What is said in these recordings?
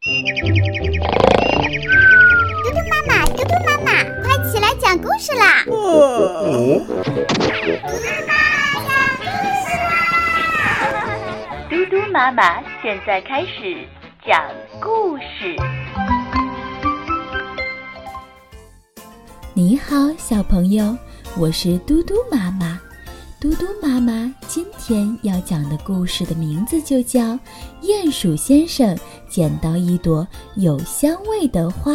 嘟嘟妈妈，嘟嘟妈妈，快起来讲故事啦！ 嘟嘟妈妈现在开始讲故事。 你好，小朋友，我是嘟嘟妈妈。嘟嘟妈妈今天要讲的故事的名字就叫《鼹鼠先生捡到一朵有香味的花》。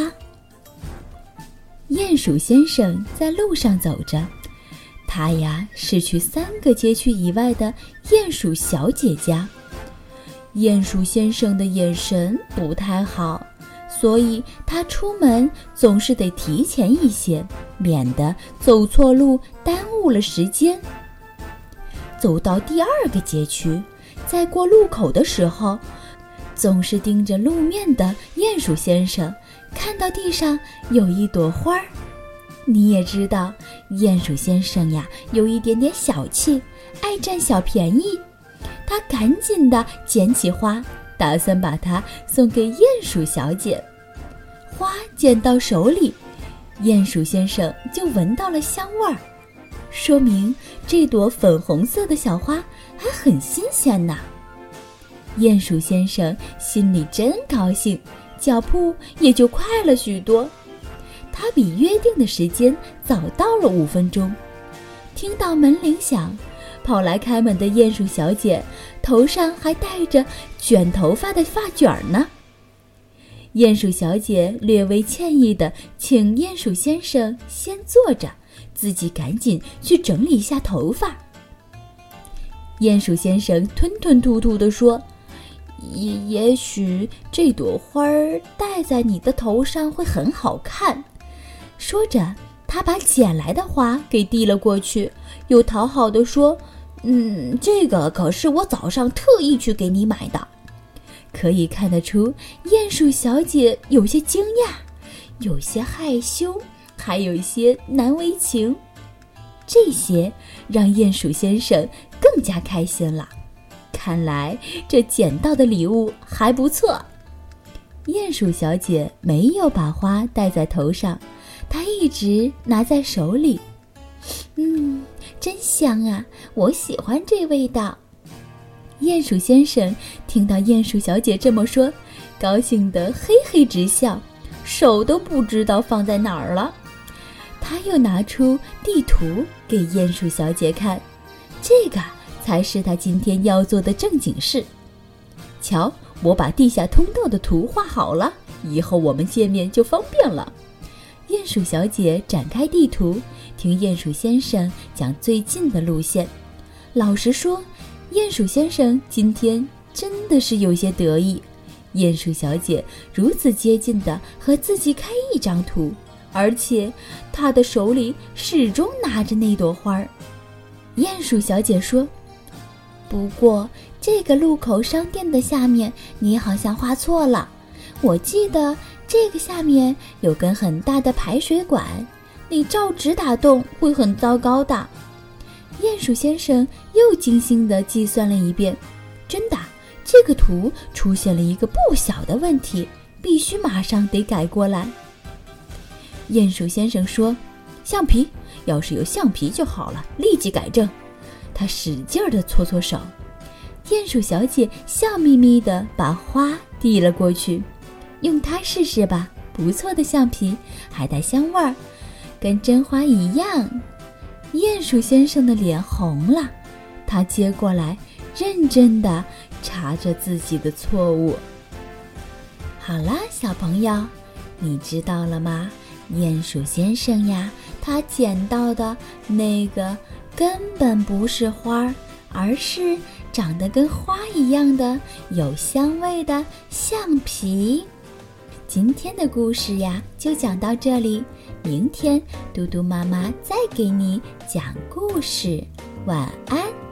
鼹鼠先生在路上走着，他呀是去3个街区以外的鼹鼠小姐家。鼹鼠先生的眼神不太好，所以他出门总是得提前一些，免得走错路耽误了时间。走到第2个街区，在过路口的时候，总是盯着路面的鼹鼠先生看到地上有一朵花儿。你也知道，鼹鼠先生呀有一点点小气，爱占小便宜。他赶紧地捡起花，打算把它送给鼹鼠小姐。花捡到手里，鼹鼠先生就闻到了香味儿，说明这朵粉红色的小花还很新鲜呢。鼹鼠先生心里真高兴，脚步也就快了许多。他比约定的时间早到了5分钟。听到门铃响，跑来开门的鼹鼠小姐头上还戴着卷头发的发卷呢。鼹鼠小姐略微歉意地请鼹鼠先生先坐着，自己赶紧去整理一下头发。鼹鼠先生吞吞吐吐地说，也许这朵花儿戴在你的头上会很好看。说着，他把捡来的花给递了过去，又讨好地说，这个可是我早上特意去给你买的。可以看得出，鼹鼠小姐有些惊讶，有些害羞，还有一些难为情。这些让鼹鼠先生更加开心了，看来这捡到的礼物还不错。鼹鼠小姐没有把花戴在头上，她一直拿在手里。真香啊，我喜欢这味道。鼹鼠先生听到鼹鼠小姐这么说，高兴得嘿嘿直笑，手都不知道放在哪儿了。他又拿出地图给鼹鼠小姐看，这个才是他今天要做的正经事。瞧，我把地下通道的图画好了，以后我们见面就方便了。鼹鼠小姐展开地图，听鼹鼠先生讲最近的路线。老实说，鼹鼠先生今天真的是有些得意。鼹鼠小姐如此接近地和自己开一张图，而且她的手里始终拿着那朵花儿。鼹鼠小姐说，不过这个路口商店的下面你好像画错了，我记得这个下面有根很大的排水管，你照直打洞会很糟糕的。鼹鼠先生又精心地计算了一遍，真的，这个图出现了一个不小的问题，必须马上得改过来。鼹鼠先生说，橡皮，要是有橡皮就好了，立即改正。他使劲地搓搓手。鼹鼠小姐笑眯眯地把花递了过去，用它试试吧，不错的橡皮，还带香味儿，跟真花一样。鼹鼠先生的脸红了，他接过来，认真地查着自己的错误。好啦，小朋友，你知道了吗？鼹鼠先生呀，他捡到的那个根本不是花，而是长得跟花一样的有香味的橡皮。今天的故事呀，就讲到这里。明天嘟嘟妈妈再给你讲故事，晚安。